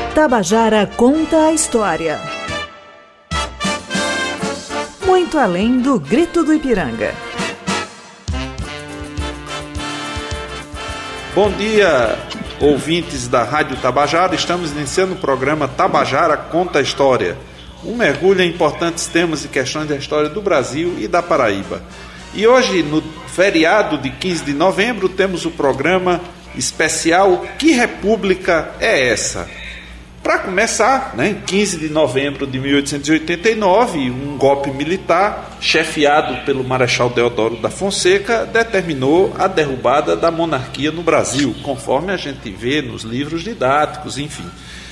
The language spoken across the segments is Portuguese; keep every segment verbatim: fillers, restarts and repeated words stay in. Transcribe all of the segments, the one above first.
Tabajara conta a história. Muito além do grito do Ipiranga. Bom dia, ouvintes da Rádio Tabajara. Estamos iniciando o programa Tabajara Conta a História. Um mergulho em importantes temas e questões da história do Brasil e da Paraíba. E hoje, no feriado de quinze de novembro, temos o programa especial Que República é Essa? Para começar, né, em quinze de novembro de mil oitocentos e oitenta e nove, um golpe militar, chefiado pelo Marechal Deodoro da Fonseca, determinou a derrubada da monarquia no Brasil, conforme a gente vê nos livros didáticos, enfim.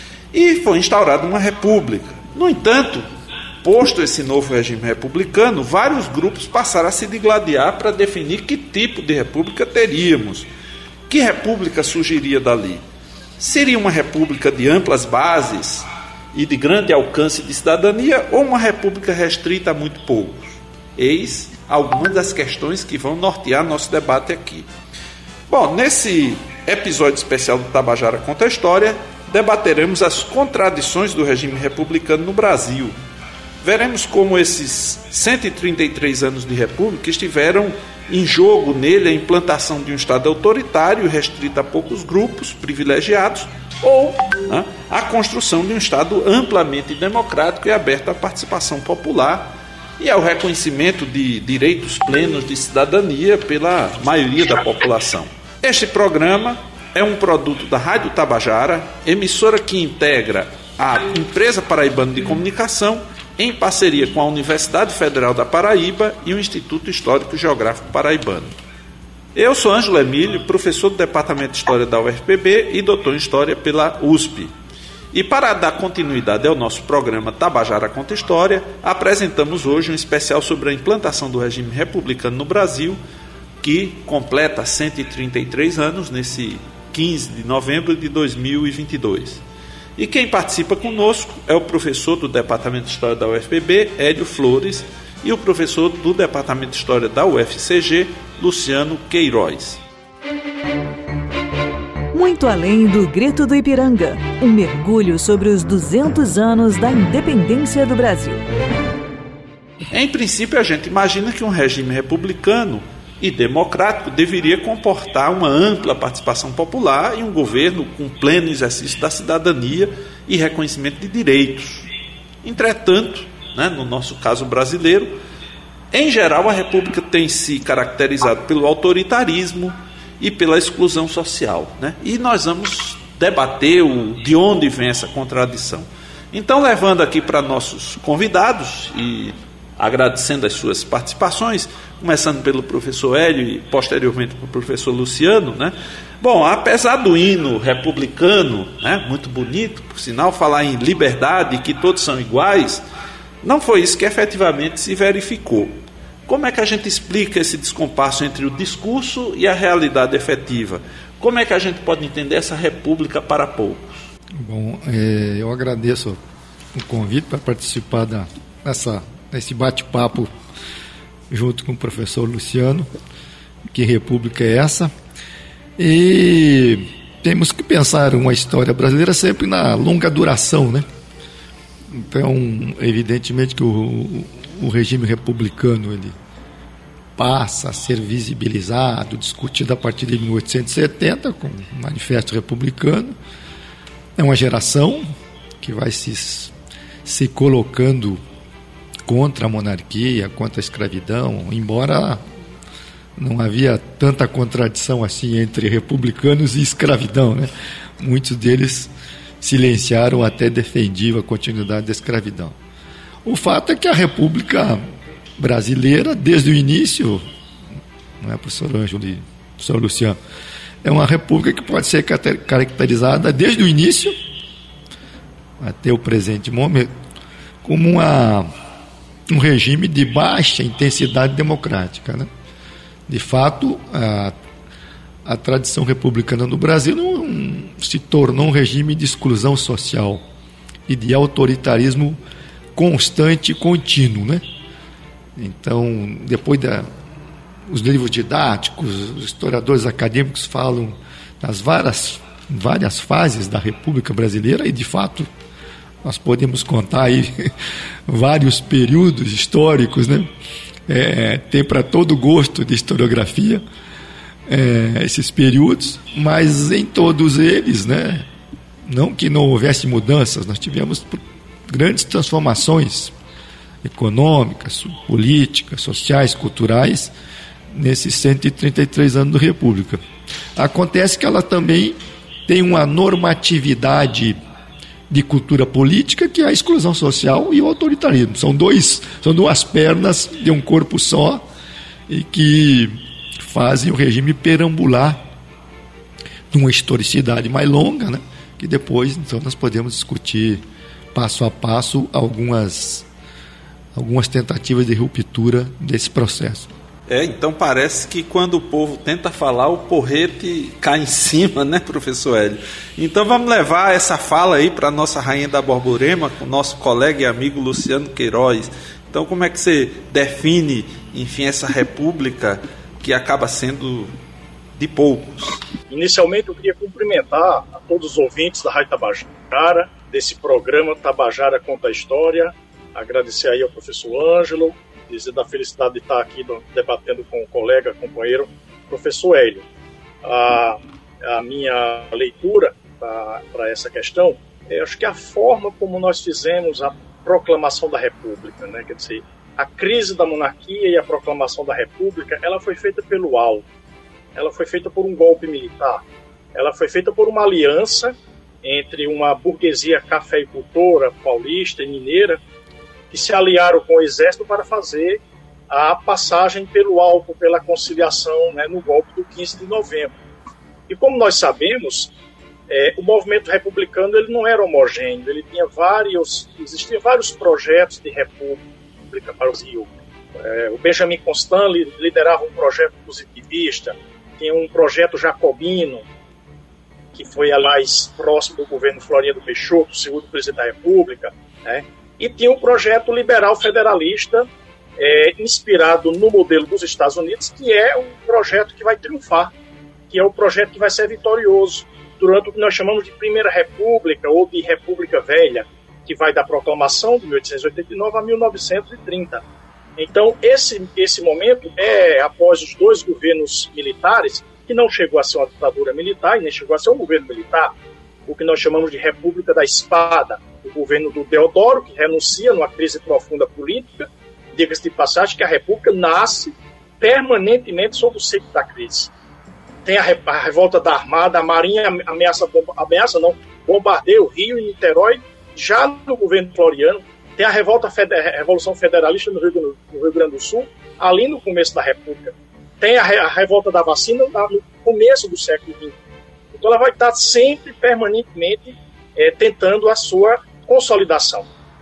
E foi instaurada uma república. No entanto, posto esse novo regime republicano, vários grupos passaram a se digladiar para definir que tipo de república teríamos. Que república surgiria dali? Seria uma república de amplas bases e de grande alcance de cidadania ou uma república restrita a muito poucos? Eis algumas das questões que vão nortear nosso debate aqui. Bom, nesse episódio especial do Tabajara Conta a História, debateremos as contradições do regime republicano no Brasil. Veremos como esses cento e trinta e três anos de república estiveram em jogo nele a implantação de um Estado autoritário restrito a poucos grupos privilegiados ou né, a construção de um Estado amplamente democrático e aberto à participação popular e ao reconhecimento de direitos plenos de cidadania pela maioria da população. Este programa é um produto da Rádio Tabajara, emissora que integra a Empresa Paraibana de Comunicação, em parceria com a Universidade Federal da Paraíba e o Instituto Histórico e Geográfico Paraibano. Eu sou Ângelo Emílio, professor do Departamento de História da U F P B e doutor em História pela U S P. E para dar continuidade ao nosso programa Tabajara Conta História, apresentamos hoje um especial sobre a implantação do regime republicano no Brasil, que completa cento e trinta e três anos nesse quinze de novembro de dois mil e vinte e dois. E quem participa conosco é o professor do Departamento de História da U F P B, Hélio Flores, e o professor do Departamento de História da U F C G, Luciano Queiroz. Muito além do grito do Ipiranga, um mergulho sobre os duzentos anos da independência do Brasil. Em princípio, a gente imagina que um regime republicano e democrático deveria comportar uma ampla participação popular e um governo com pleno exercício da cidadania e reconhecimento de direitos. Entretanto, né, no nosso caso brasileiro, em geral a república tem se caracterizado pelo autoritarismo e pela exclusão social, né? E nós vamos debater o, de onde vem essa contradição. Então, levando aqui para nossos convidados e agradecendo as suas participações, começando pelo professor Hélio e posteriormente pelo professor Luciano, né? Bom, apesar do hino republicano, né, muito bonito, por sinal, falar em liberdade, que todos são iguais, não foi isso que efetivamente se verificou. Como é que a gente explica esse descompasso entre o discurso e a realidade efetiva? Como é que a gente pode entender essa república para poucos? Bom, é, eu agradeço o convite para participar da, dessa esse bate-papo junto com o professor Luciano. Que república é essa? E temos que pensar uma história brasileira sempre na longa duração, né? Então, evidentemente que o, o regime republicano ele passa a ser visibilizado, discutido a partir de mil oitocentos e setenta, com o Manifesto Republicano. É uma geração que vai se, se colocando contra a monarquia, contra a escravidão, embora não havia tanta contradição assim entre republicanos e escravidão, né? Muitos deles silenciaram, até defendiam a continuidade da escravidão. O fato é que a República Brasileira, desde o início, não é, professor Ângelo e professor Luciano, é uma república que pode ser caracterizada desde o início até o presente momento como uma um regime de baixa intensidade democrática, né? De fato, a, a tradição republicana no Brasil não se tornou um regime de exclusão social e de autoritarismo constante e contínuo, né? Então, depois da, os livros didáticos, os historiadores acadêmicos falam nas várias várias fases da República Brasileira, e de fato nós podemos contar aí vários períodos históricos, né? É, tem para todo gosto de historiografia é, esses períodos, mas em todos eles, né, não que não houvesse mudanças, nós tivemos grandes transformações econômicas, políticas, sociais, culturais, nesses cento e trinta e três anos da República. Acontece que ela também tem uma normatividade de cultura política, que é a exclusão social e o autoritarismo. São, dois, são duas pernas de um corpo só e que fazem o regime perambular numa historicidade mais longa, né? Que depois então, nós podemos discutir passo a passo algumas, algumas tentativas de ruptura desse processo. É, então parece que quando o povo tenta falar, o porrete cai em cima, né, professor Hélio? Então vamos levar essa fala aí para a nossa rainha da Borborema, com o nosso colega e amigo Luciano Queiroz. Então como é que você define, enfim, essa república que acaba sendo de poucos? Inicialmente eu queria cumprimentar a todos os ouvintes da Rádio Tabajara, desse programa Tabajara Conta a História, agradecer aí ao professor Ângelo, dizer da felicidade de estar aqui debatendo com o colega, companheiro, professor Hélio. A, a minha leitura para essa questão, é, acho que a forma como nós fizemos a proclamação da República, né? Quer dizer, a crise da monarquia e a proclamação da República, ela foi feita pelo alto, ela foi feita por um golpe militar, ela foi feita por uma aliança entre uma burguesia cafeicultora paulista e mineira, que se aliaram com o exército para fazer a passagem pelo álcool, pela conciliação, né, no golpe do quinze de novembro. E como nós sabemos, é, o movimento republicano ele não era homogêneo, ele tinha vários, existiam vários projetos de república para o Brasil. É, o Benjamin Constant liderava um projeto positivista, tinha um projeto jacobino, que foi a mais próximo do governo Floriano Peixoto, segundo presidente da República, né? E tinha um projeto liberal federalista é, inspirado no modelo dos Estados Unidos, que é um projeto que vai triunfar, que é o projeto que vai ser vitorioso durante o que nós chamamos de Primeira República ou de República Velha, que vai da proclamação de mil oitocentos e oitenta e nove a mil novecentos e trinta. Então, esse, esse momento é após os dois governos militares, que não chegou a ser uma ditadura militar e nem chegou a ser um governo militar, o que nós chamamos de República da Espada, o governo do Deodoro, que renuncia numa crise profunda política. Diga-se de passagem que a República nasce permanentemente sob o ciclo da crise. Tem a, re- a revolta da Armada, a Marinha ameaça, bomba- ameaça não, bombardeia o Rio e Niterói, já no governo Floriano. Tem a revolta feder- a Revolução Federalista no Rio, do, no Rio Grande do Sul, ali no começo da República. Tem a, re- a revolta da vacina no começo do século vinte. Então ela vai estar sempre, permanentemente, é, tentando a sua consolidação.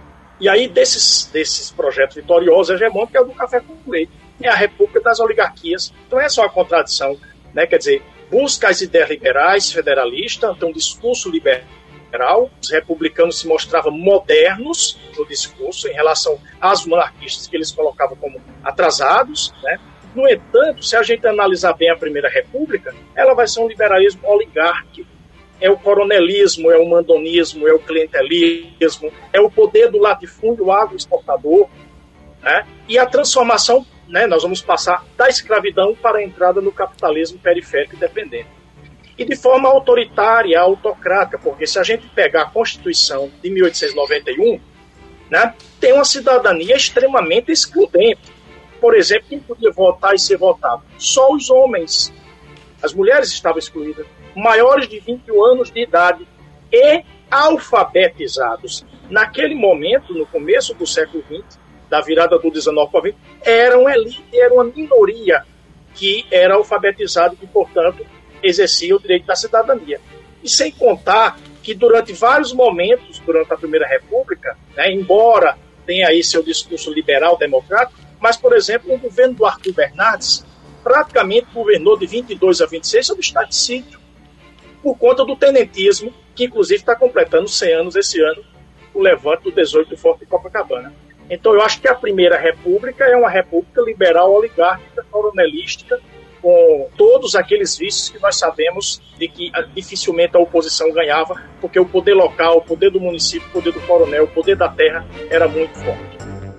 E aí, desses, desses projetos vitoriosos, hegemônicos, é o do café com leite. É a República das Oligarquias. Então é só uma contradição, né? Quer dizer, busca as ideias liberais, federalistas, então um discurso liberal. Os republicanos se mostravam modernos no discurso em relação às monarquistas, que eles colocavam como atrasados, né? No entanto, se a gente analisar bem a Primeira República, ela vai ser um liberalismo oligárquico. É o coronelismo, é o mandonismo, é o clientelismo, é o poder do latifúndio agroexportador, né? E a transformação, né, nós vamos passar da escravidão para a entrada no capitalismo periférico e dependente. E de forma autoritária, autocrática, porque se a gente pegar a Constituição de mil oitocentos e noventa e um, né, tem uma cidadania extremamente excludente. Por exemplo, quem podia votar e ser votado? Só os homens. As mulheres estavam excluídas. Maiores de vinte e um anos de idade e alfabetizados. Naquele momento, no começo do século vinte, da virada do dezenove para o vinte, eram elite, era uma minoria que era alfabetizada e que, portanto, exercia o direito da cidadania. E sem contar que durante vários momentos, durante a Primeira República, né, embora tenha aí seu discurso liberal democrático, mas, por exemplo, o governo do Arthur Bernardes praticamente governou de vinte e dois a vinte e seis sob estado de sítio, por conta do tenentismo, que inclusive está completando cem anos esse ano, o levante do dezoito do Forte de Copacabana. Então eu acho que a Primeira República é uma república liberal oligárquica, coronelística, com todos aqueles vícios que nós sabemos de que dificilmente a oposição ganhava, porque o poder local, o poder do município, o poder do coronel, o poder da terra era muito forte.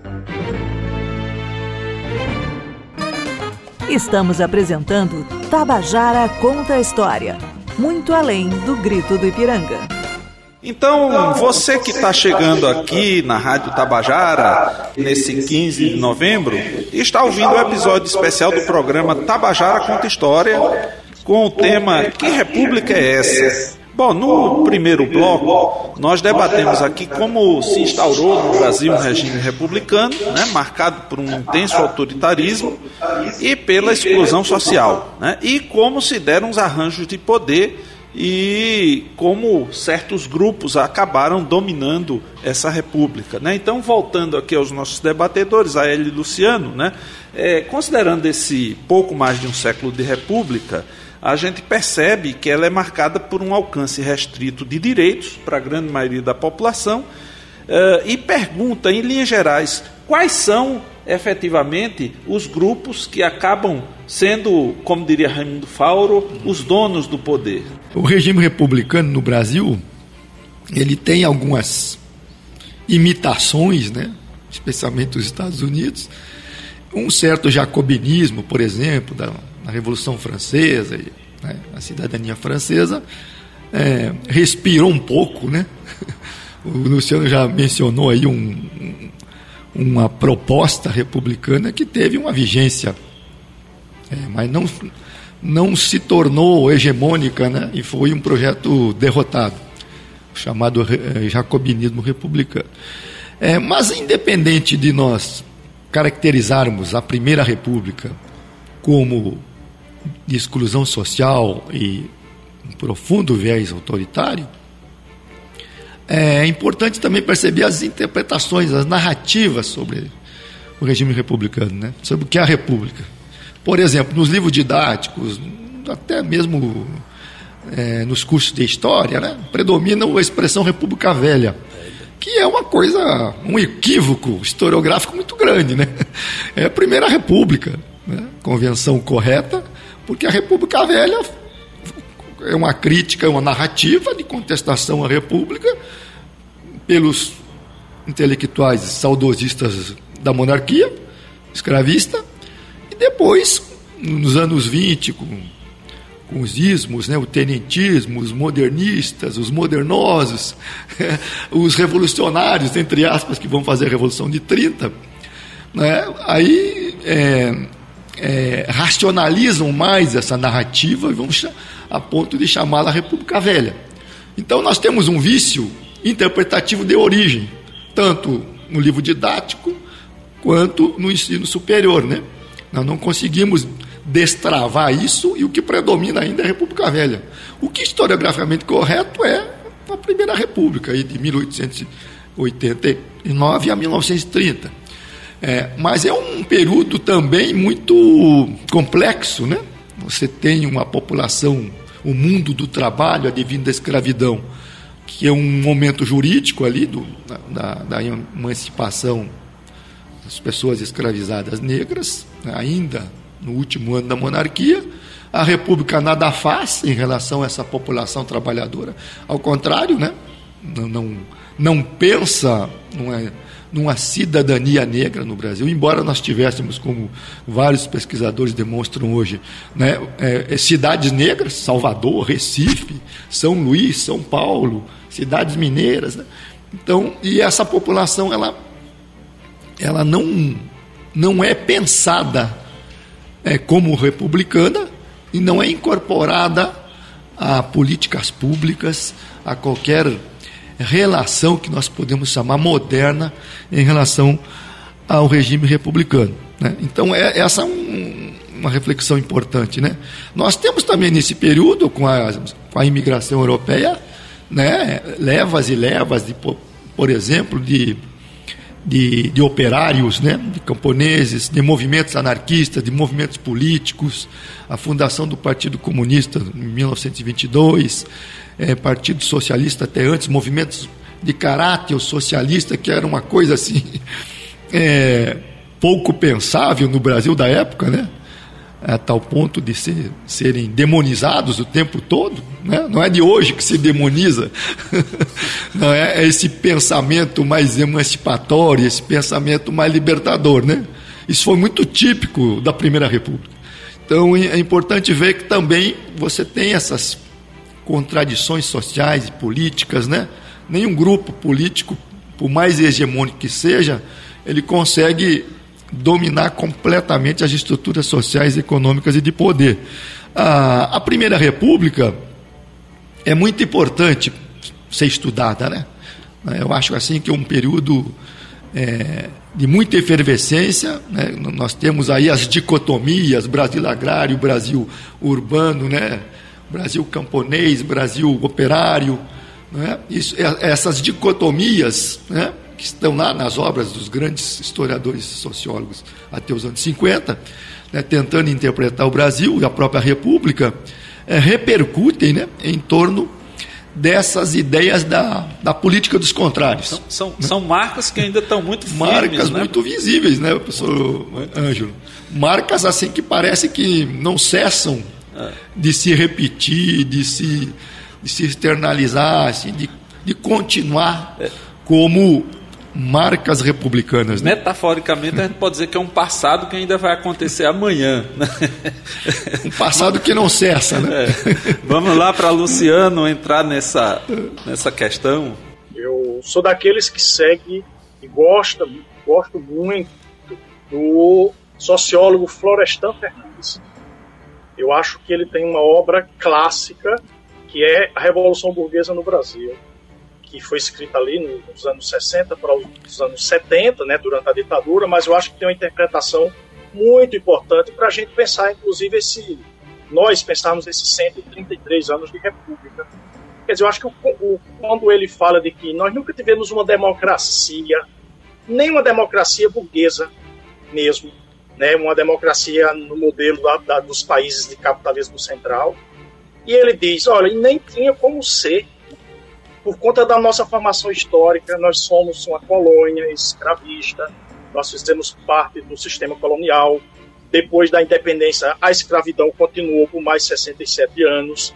Estamos apresentando Tabajara Conta a História, muito além do grito do Ipiranga. Então, você que está chegando aqui na Rádio Tabajara, nesse quinze de novembro, está ouvindo o episódio especial do programa Tabajara Conta História, com o tema Que República é essa? Bom, no primeiro bloco, nós debatemos aqui como se instaurou no Brasil um regime republicano, né, marcado por um intenso autoritarismo e pela exclusão social, né, e como se deram os arranjos de poder e como certos grupos acabaram dominando essa república, né? Então, voltando aqui aos nossos debatedores, a Hélio e Luciano, né, é, considerando esse pouco mais de um século de república, a gente percebe que ela é marcada por um alcance restrito de direitos para a grande maioria da população, uh, e pergunta, em linhas gerais, quais são, efetivamente, os grupos que acabam sendo, como diria Raimundo Fauro, os donos do poder. O regime republicano no Brasil, ele tem algumas imitações, né, especialmente dos Estados Unidos, um certo jacobinismo, por exemplo, da a Revolução Francesa, né, a cidadania francesa, é, respirou um pouco, né? O Luciano já mencionou aí um, uma proposta republicana que teve uma vigência, é, mas não, não se tornou hegemônica, né? E foi um projeto derrotado, chamado é, jacobinismo republicano. É, mas independente de nós caracterizarmos a Primeira República como de exclusão social e um profundo viés autoritário, é importante também perceber as interpretações, as narrativas sobre o regime republicano, né? Sobre o que é a república. Por exemplo, nos livros didáticos, até mesmo é, nos cursos de história, né, predomina a expressão República Velha, que é uma coisa, um equívoco historiográfico muito grande, né? É a Primeira República, né? Convenção correta, porque a República Velha é uma crítica, uma narrativa de contestação à República pelos intelectuais saudosistas da monarquia escravista, e depois, nos anos vinte, com, com os ismos, né, o tenentismo, os modernistas, os modernosos, os revolucionários, entre aspas, que vão fazer a Revolução de trinta, né, aí é, É, racionalizam mais essa narrativa e vão a ponto de chamá-la República Velha. Então nós temos um vício interpretativo de origem, tanto no livro didático quanto no ensino superior, né? Nós não conseguimos destravar isso e o que predomina ainda é a República Velha. O que historiograficamente correto é a Primeira República, aí de mil oitocentos e oitenta e nove a mil novecentos e trinta. É, mas é um período também muito complexo, né? Você tem uma população, o mundo do trabalho advindo da escravidão, que é um momento jurídico ali do, da, da emancipação das pessoas escravizadas negras, ainda no último ano da monarquia. A República nada faz em relação a essa população trabalhadora, ao contrário, né? Não, não, não pensa, não é, numa cidadania negra no Brasil, embora nós tivéssemos, como vários pesquisadores demonstram hoje, né, é, cidades negras, Salvador, Recife, São Luís, São Paulo, cidades mineiras, né? Então, e essa população, ela, ela não, não é pensada é, como republicana e não é incorporada a políticas públicas, a qualquer relação que nós podemos chamar moderna em relação ao regime republicano, né? Então, é, essa é um, uma reflexão importante, né? Nós temos também nesse período, com a, com a imigração europeia, né, levas e levas, de, por, por exemplo, de, de, de operários, né, de camponeses, de movimentos anarquistas, de movimentos políticos, a fundação do Partido Comunista em mil novecentos e vinte e dois, É, Partido Socialista até antes, movimentos de caráter socialista, que era uma coisa assim, é, pouco pensável no Brasil da época, né? a tal ponto de ser, serem demonizados o tempo todo, né? Não é de hoje que se demoniza, não é, é esse pensamento mais emancipatório, esse pensamento mais libertador, né? Isso foi muito típico da Primeira República. Então é importante ver que também você tem essas contradições sociais e políticas, né? Nenhum grupo político, por mais hegemônico que seja, ele consegue dominar completamente as estruturas sociais, econômicas e de poder. A, a Primeira República é muito importante ser estudada, né? Eu acho assim que é um período é, de muita efervescência, né? Nós temos aí as dicotomias, Brasil agrário, Brasil urbano, né? Brasil camponês, Brasil operário, né? Isso, essas dicotomias, né? Que estão lá nas obras dos grandes historiadores sociólogos até os anos cinquenta, né, tentando interpretar o Brasil e a própria República, é, repercutem, né, em torno dessas ideias da, da política dos contrários. São, são, né? são marcas que ainda estão muito firmes. Marcas, né? muito visíveis, né, professor Ângelo? Marcas assim que parece que não cessam é. de se repetir, de se, de se externalizar, assim, de, de continuar é. como marcas republicanas, né? Metaforicamente, a gente pode dizer que é um passado que ainda vai acontecer amanhã. Né? Um passado que não cessa, né? É. Vamos lá para Luciano entrar nessa, nessa questão. Eu sou daqueles que segue e gosta, gosto muito do sociólogo Florestan Fernandes. Eu acho que ele tem uma obra clássica que é A Revolução Burguesa no Brasil, que foi escrita ali nos anos sessenta para os anos setenta, né, durante a ditadura, mas eu acho que tem uma interpretação muito importante para a gente pensar, inclusive, esse, nós pensarmos esses cento e trinta e três anos de república. Quer dizer, eu acho que o, o, quando ele fala de que nós nunca tivemos uma democracia, nem uma democracia burguesa mesmo, né, uma democracia no modelo da, da, dos países de capitalismo central, e ele diz, olha, e nem tinha como ser. Por conta da nossa formação histórica, nós somos uma colônia escravista, nós fizemos parte do sistema colonial. Depois da independência, a escravidão continuou por mais sessenta e sete anos.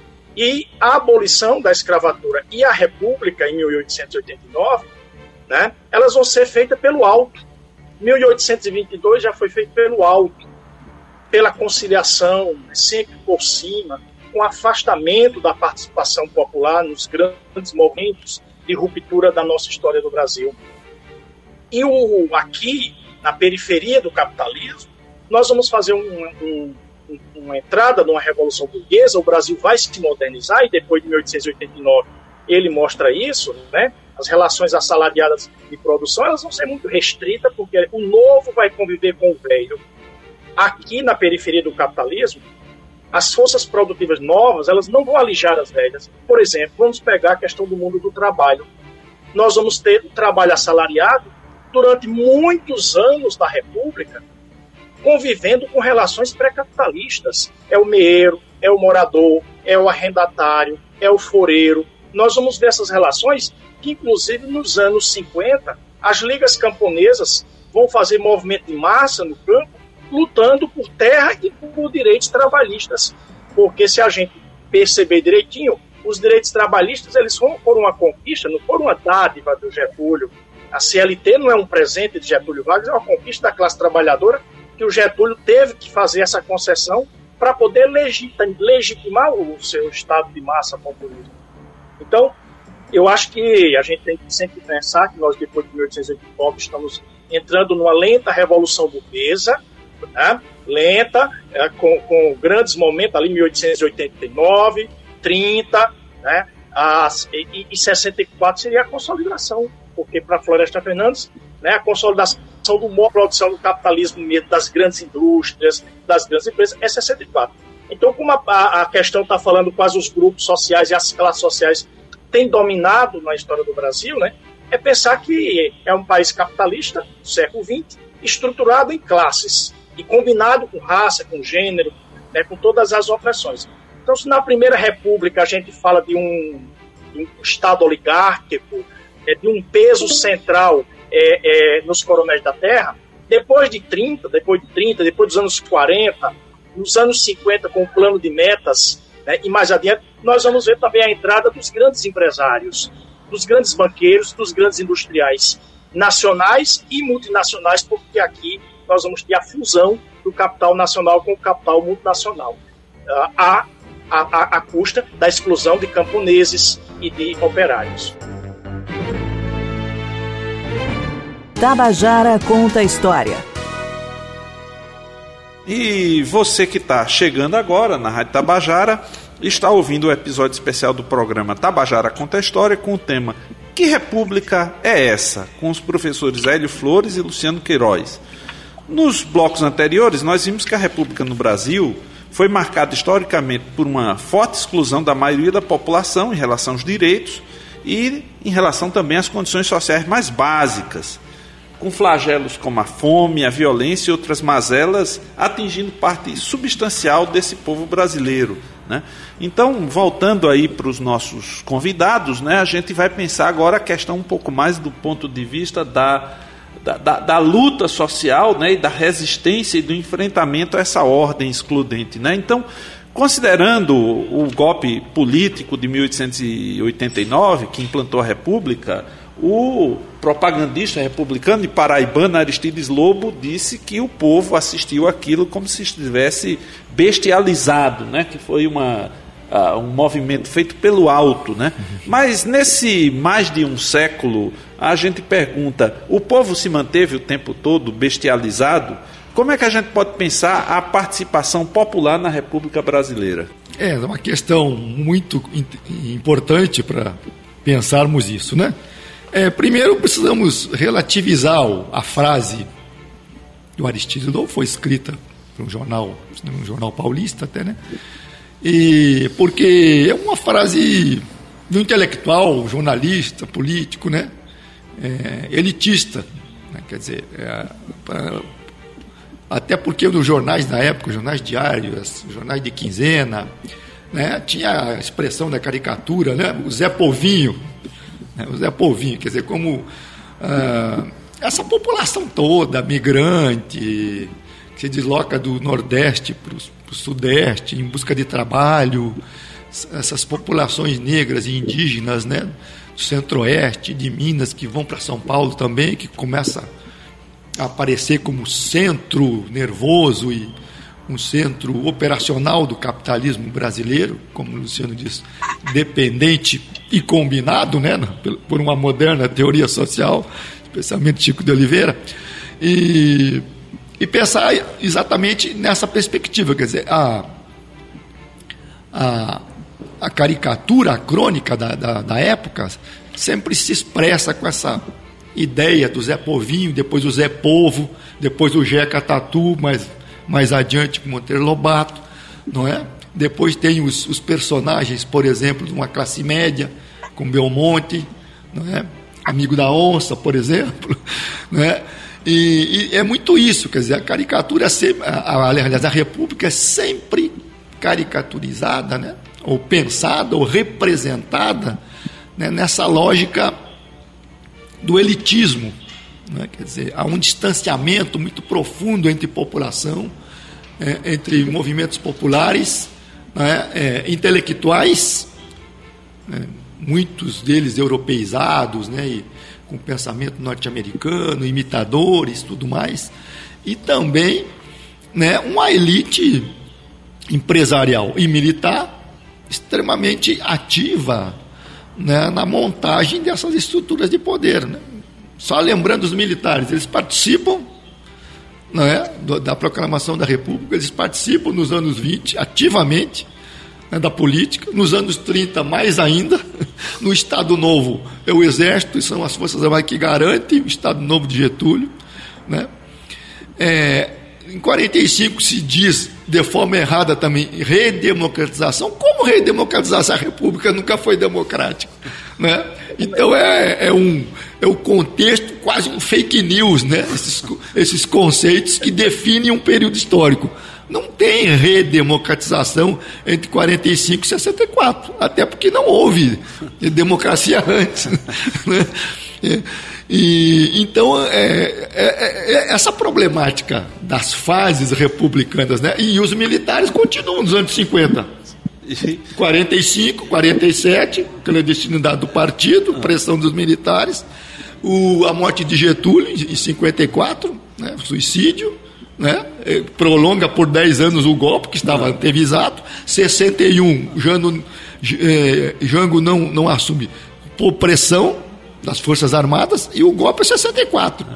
E a abolição da escravatura e a república, em mil oitocentos e oitenta e nove, né, elas vão ser feitas pelo alto. mil oitocentos e vinte e dois já foi feito pelo alto, pela conciliação, sempre por cima, com afastamento da participação popular nos grandes momentos de ruptura da nossa história do Brasil. E o, aqui, na periferia do capitalismo, nós vamos fazer um, um, uma entrada numa revolução burguesa, o Brasil vai se modernizar, e depois de mil oitocentos e oitenta e nove ele mostra isso, né? As relações assalariadas de produção elas vão ser muito restritas, porque o novo vai conviver com o velho. Aqui, na periferia do capitalismo, as forças produtivas novas, elas não vão alijar as velhas. Por exemplo, vamos pegar a questão do mundo do trabalho. Nós vamos ter o trabalho assalariado durante muitos anos da República, convivendo com relações pré-capitalistas. É o meeiro, é o morador, é o arrendatário, é o foreiro. Nós vamos ver essas relações que, inclusive, nos anos cinquenta, as ligas camponesas vão fazer movimento de massa no campo, lutando por terra e por direitos trabalhistas, porque se a gente perceber direitinho, os direitos trabalhistas eles foram uma conquista, não foram uma dádiva do Getúlio. A C L T não é um presente de Getúlio Vargas, é uma conquista da classe trabalhadora que o Getúlio teve que fazer essa concessão para poder legitimar o seu estado de massa populista. Então, eu acho que a gente tem que sempre pensar que nós, depois de mil oitocentos e oitenta e nove, estamos entrando numa lenta revolução burguesa, né? Lenta, é, com, com grandes momentos ali, mil oitocentos e oitenta e nove, trinta, né? As, e, e sessenta e quatro seria a consolidação, porque para Florestan Fernandes, né, a consolidação do modo de produção do capitalismo mesmo, das grandes indústrias, das grandes empresas, é sessenta e quatro. Então, como a, a, a questão está falando quais os grupos sociais e as classes sociais têm dominado na história do Brasil, né, é pensar que é um país capitalista do século vinte, estruturado em classes, e combinado com raça, com gênero, né, com todas as opressões. Então, se na Primeira República a gente fala de um, de um Estado oligárquico, é, de um peso central é, é, nos coronéis da terra, depois de trinta, depois de trinta, depois dos anos quarenta, nos anos cinquenta, com o plano de metas, né, e mais adiante, nós vamos ver também a entrada dos grandes empresários, dos grandes banqueiros, dos grandes industriais nacionais e multinacionais, porque aqui nós vamos ter a fusão do capital nacional com o capital multinacional, uh, a, a, a, a custa da exclusão de camponeses e de operários. Tabajara conta a história. E você que está chegando agora na Rádio Tabajara está ouvindo o episódio especial do programa Tabajara Conta a História com o tema Que República é essa? Com os professores Hélio Flores e Luciano Queiroz. Nos blocos anteriores nós vimos que a República no Brasil foi marcada historicamente por uma forte exclusão da maioria da população em relação aos direitos e em relação também às condições sociais mais básicas, com flagelos como a fome, a violência e outras mazelas atingindo parte substancial desse povo brasileiro, né? Então, voltando aí para os nossos convidados, né, a gente vai pensar agora a questão um pouco mais do ponto de vista da, da, da, da luta social, né, e da resistência e do enfrentamento a essa ordem excludente, né? Então, considerando o golpe político de mil oitocentos e oitenta e nove, que implantou a República, o propagandista republicano e paraibano Aristides Lobo disse que o povo assistiu aquilo como se estivesse bestializado, né? Que foi uma, uh, um movimento feito pelo alto, né? Mas nesse mais de um século, a gente pergunta, o povo se manteve o tempo todo bestializado? Como é que a gente pode pensar a participação popular na República Brasileira? É uma questão muito importante para pensarmos isso, né? É, primeiro precisamos relativizar a frase do Aristides Lobo, foi escrita por um jornal, um jornal paulista até, né? E porque é uma frase do intelectual, jornalista, político, né? É, elitista, né? Quer dizer, é, pra, até porque nos jornais da época, os jornais diários, jornais de quinzena, né? Tinha a expressão da caricatura, né? O Zé Povinho, o Zé Povinho, quer dizer, como ah, essa população toda, migrante, que se desloca do Nordeste para o Sudeste em busca de trabalho, essas populações negras e indígenas, né, do Centro-Oeste, de Minas, que vão para São Paulo também, que começa a aparecer como centro nervoso e um centro operacional do capitalismo brasileiro, como o Luciano disse, dependente e combinado, né, por uma moderna teoria social, especialmente Chico de Oliveira, e, e pensar exatamente nessa perspectiva, quer dizer, a, a, a caricatura, a crônica da, da, da época sempre se expressa com essa ideia do Zé Povinho, depois o Zé Povo, depois o Jeca Tatu, mas mais adiante com Monteiro Lobato, não é? Depois tem os, os personagens, por exemplo, de uma classe média, com Belmonte, não é? Amigo da Onça, por exemplo, não é? E, e é muito isso, quer dizer, a caricatura, sempre, a, a, aliás, a República é sempre caricaturizada, né? Ou pensada, ou representada, né? Nessa lógica do elitismo. Né? Quer dizer, há um distanciamento muito profundo entre população, é, entre movimentos populares, né? é, intelectuais, né? Muitos deles europeizados, né? E com pensamento norte-americano, imitadores, tudo mais, e também, né, uma elite empresarial e militar extremamente ativa, né, na montagem dessas estruturas de poder, né? Só lembrando os militares, eles participam, não é, da proclamação da República, eles participam nos anos vinte, ativamente, né, da política, nos anos trinta mais ainda, no Estado Novo é o Exército, e são as Forças Armadas que garantem o Estado Novo de Getúlio, né? É, em quarenta e cinco se diz, de forma errada também, redemocratização. Como redemocratização? A República nunca foi democrática, né? Então é, é, um, é um contexto, quase um fake news, né? Esses, esses conceitos que definem um período histórico. Não tem redemocratização entre quarenta e cinco e sessenta e quatro, até porque não houve democracia antes, né? E, e, então, é, é, é essa problemática das fases republicanas, né? E os militares continuam nos anos cinquenta. quarenta e cinco, quarenta e sete, clandestinidade do partido, pressão dos militares, o, a morte de Getúlio em cinquenta e quatro, né? Suicídio, né? Prolonga por dez anos o golpe que estava antevisado. sessenta e um, Jango, eh, Jango não, não assume por pressão das Forças Armadas, e o golpe é sessenta e quatro.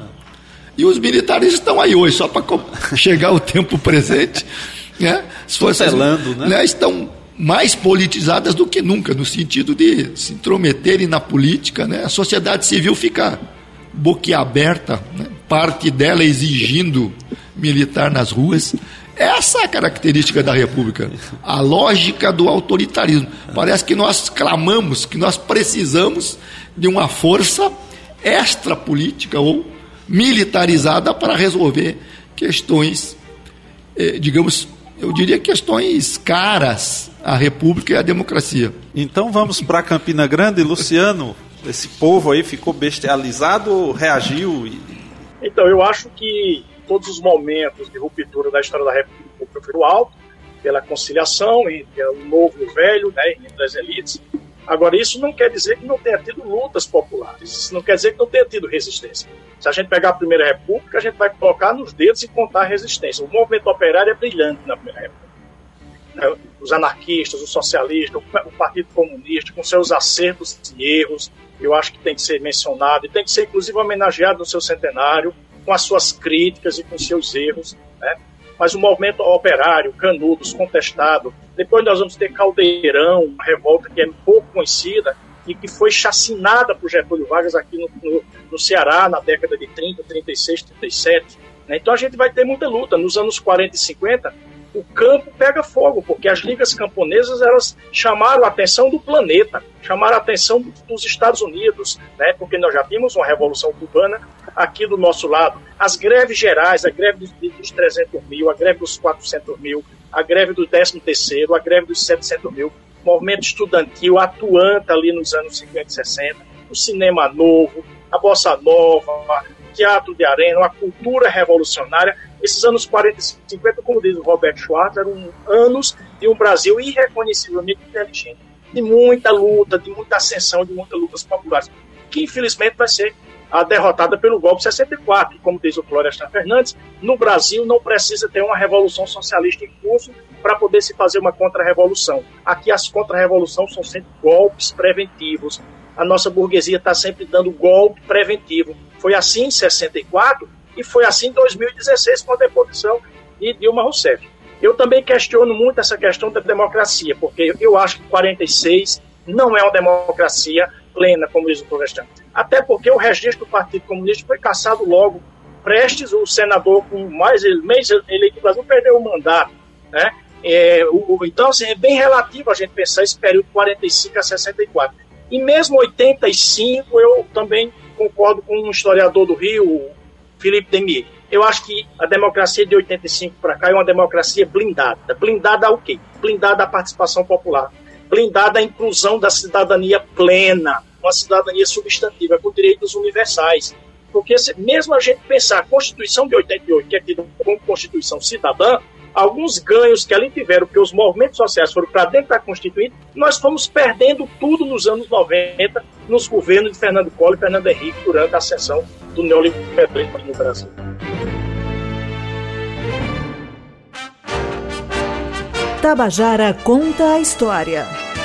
E os militares estão aí hoje, só para chegar o tempo presente, né? As Forças Armadas, né, estão mais politizadas do que nunca, no sentido de se intrometerem na política, né? A sociedade civil fica boquiaberta, né? Parte dela exigindo militar nas ruas. Essa é a característica da República, a lógica do autoritarismo. Parece que nós clamamos, que nós precisamos de uma força extrapolítica ou militarizada para resolver questões, eh, digamos, eu diria questões caras à República e à democracia. Então vamos para Campina Grande, Luciano. Esse povo aí ficou bestializado ou reagiu? Então, eu acho que todos os momentos de ruptura da história da República foi alto, pela conciliação entre o novo e o velho, né, entre as elites. Agora, isso não quer dizer que não tenha tido lutas populares, isso não quer dizer que não tenha tido resistência. Se a gente pegar a Primeira República, a gente vai colocar nos dedos e contar a resistência. O movimento operário é brilhante na Primeira República. Os anarquistas, os socialistas, o Partido Comunista, com seus acertos e erros, eu acho que tem que ser mencionado e tem que ser, inclusive, homenageado no seu centenário, com as suas críticas e com seus erros, né? Mas o movimento operário, Canudos, contestado, depois nós vamos ter Caldeirão, uma revolta que é pouco conhecida e que foi chacinada por Getúlio Vargas aqui no, no, no Ceará, na década de trinta, trinta e seis, trinta e sete. Né? Então a gente vai ter muita luta. Nos anos quarenta e cinquenta, o campo pega fogo, porque as ligas camponesas, elas chamaram a atenção do planeta, chamaram a atenção dos Estados Unidos, né? Porque nós já tínhamos uma revolução cubana aqui do nosso lado. As greves gerais, a greve dos trezentos mil, a greve dos quatrocentos mil, a greve do décimo terceiro, a greve dos setecentos mil, movimento estudantil atuante ali nos anos cinquenta e sessenta, o cinema novo, a bossa nova, teatro de arena, uma cultura revolucionária. Esses anos quarenta e cinquenta, como diz o Robert Schwartz, eram anos de um Brasil irreconhecivelmente inteligente, de muita luta, de muita ascensão, de muitas lutas populares, que infelizmente vai ser a derrotada pelo golpe de sessenta e quatro. Como diz o Florestan Fernandes, no Brasil não precisa ter uma revolução socialista em curso para poder se fazer uma contra-revolução. Aqui as contra-revoluções são sempre golpes preventivos. A nossa burguesia está sempre dando golpe preventivo. Foi assim em sessenta e quatro e foi assim em dois mil e dezesseis com a deposição de Dilma Rousseff. Eu também questiono muito essa questão da democracia, porque eu acho que quarenta e seis não é uma democracia plena, como diz o Florestan. Até porque o registro do Partido Comunista foi cassado logo. Prestes, o senador com mais mês eleito do Brasil, perdeu o mandato, né? É, o, então, assim, é bem relativo a gente pensar esse período de quarenta e cinco a sessenta e quatro. E mesmo oitenta e cinco, eu também concordo com um historiador do Rio, o Felipe Demier. Eu acho que a democracia de oitenta e cinco para cá é uma democracia blindada. Blindada ao quê? Blindada à participação popular. Blindada à inclusão da cidadania plena, uma cidadania substantiva, com direitos universais. Porque se, mesmo a gente pensar a Constituição de oitenta e oito, que é tida como Constituição cidadã, alguns ganhos que ali tiveram, porque os movimentos sociais foram para dentro da Constituinte, nós fomos perdendo tudo nos anos noventa, nos governos de Fernando Collor e Fernando Henrique, durante a ascensão do neoliberalismo no Brasil. Tabajara conta a história.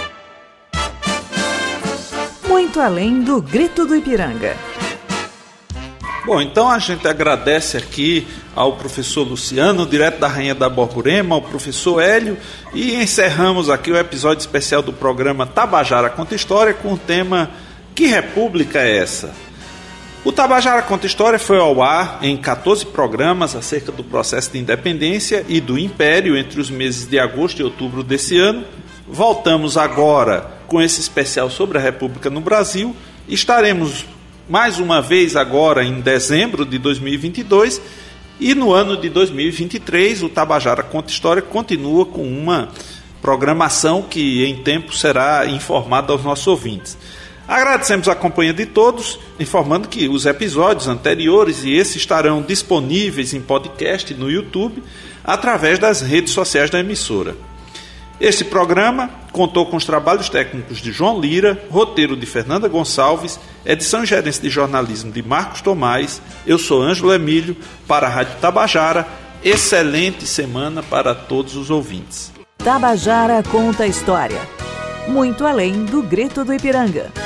Muito além do grito do Ipiranga. Bom, então a gente agradece aqui ao professor Luciano, direto da Rainha da Borborema, ao professor Hélio, e encerramos aqui o episódio especial do programa Tabajara Conta História com o tema Que República é essa? O Tabajara Conta História foi ao ar em catorze programas acerca do processo de independência e do Império entre os meses de agosto e outubro desse ano. Voltamos agora com esse especial sobre a República no Brasil. Estaremos mais uma vez agora em dezembro de dois mil e vinte e dois e no ano de dois mil e vinte e três o Tabajara Conta História continua com uma programação que em tempo será informada aos nossos ouvintes. Agradecemos a companhia de todos, informando que os episódios anteriores e esses estarão disponíveis em podcast no YouTube, através das redes sociais da emissora. Este programa contou com os trabalhos técnicos de João Lira, roteiro de Fernanda Gonçalves, edição e gerência de jornalismo de Marcos Tomás. Eu sou Ângelo Emílio, para a Rádio Tabajara. Excelente semana para todos os ouvintes. Tabajara conta a história, muito além do grito do Ipiranga.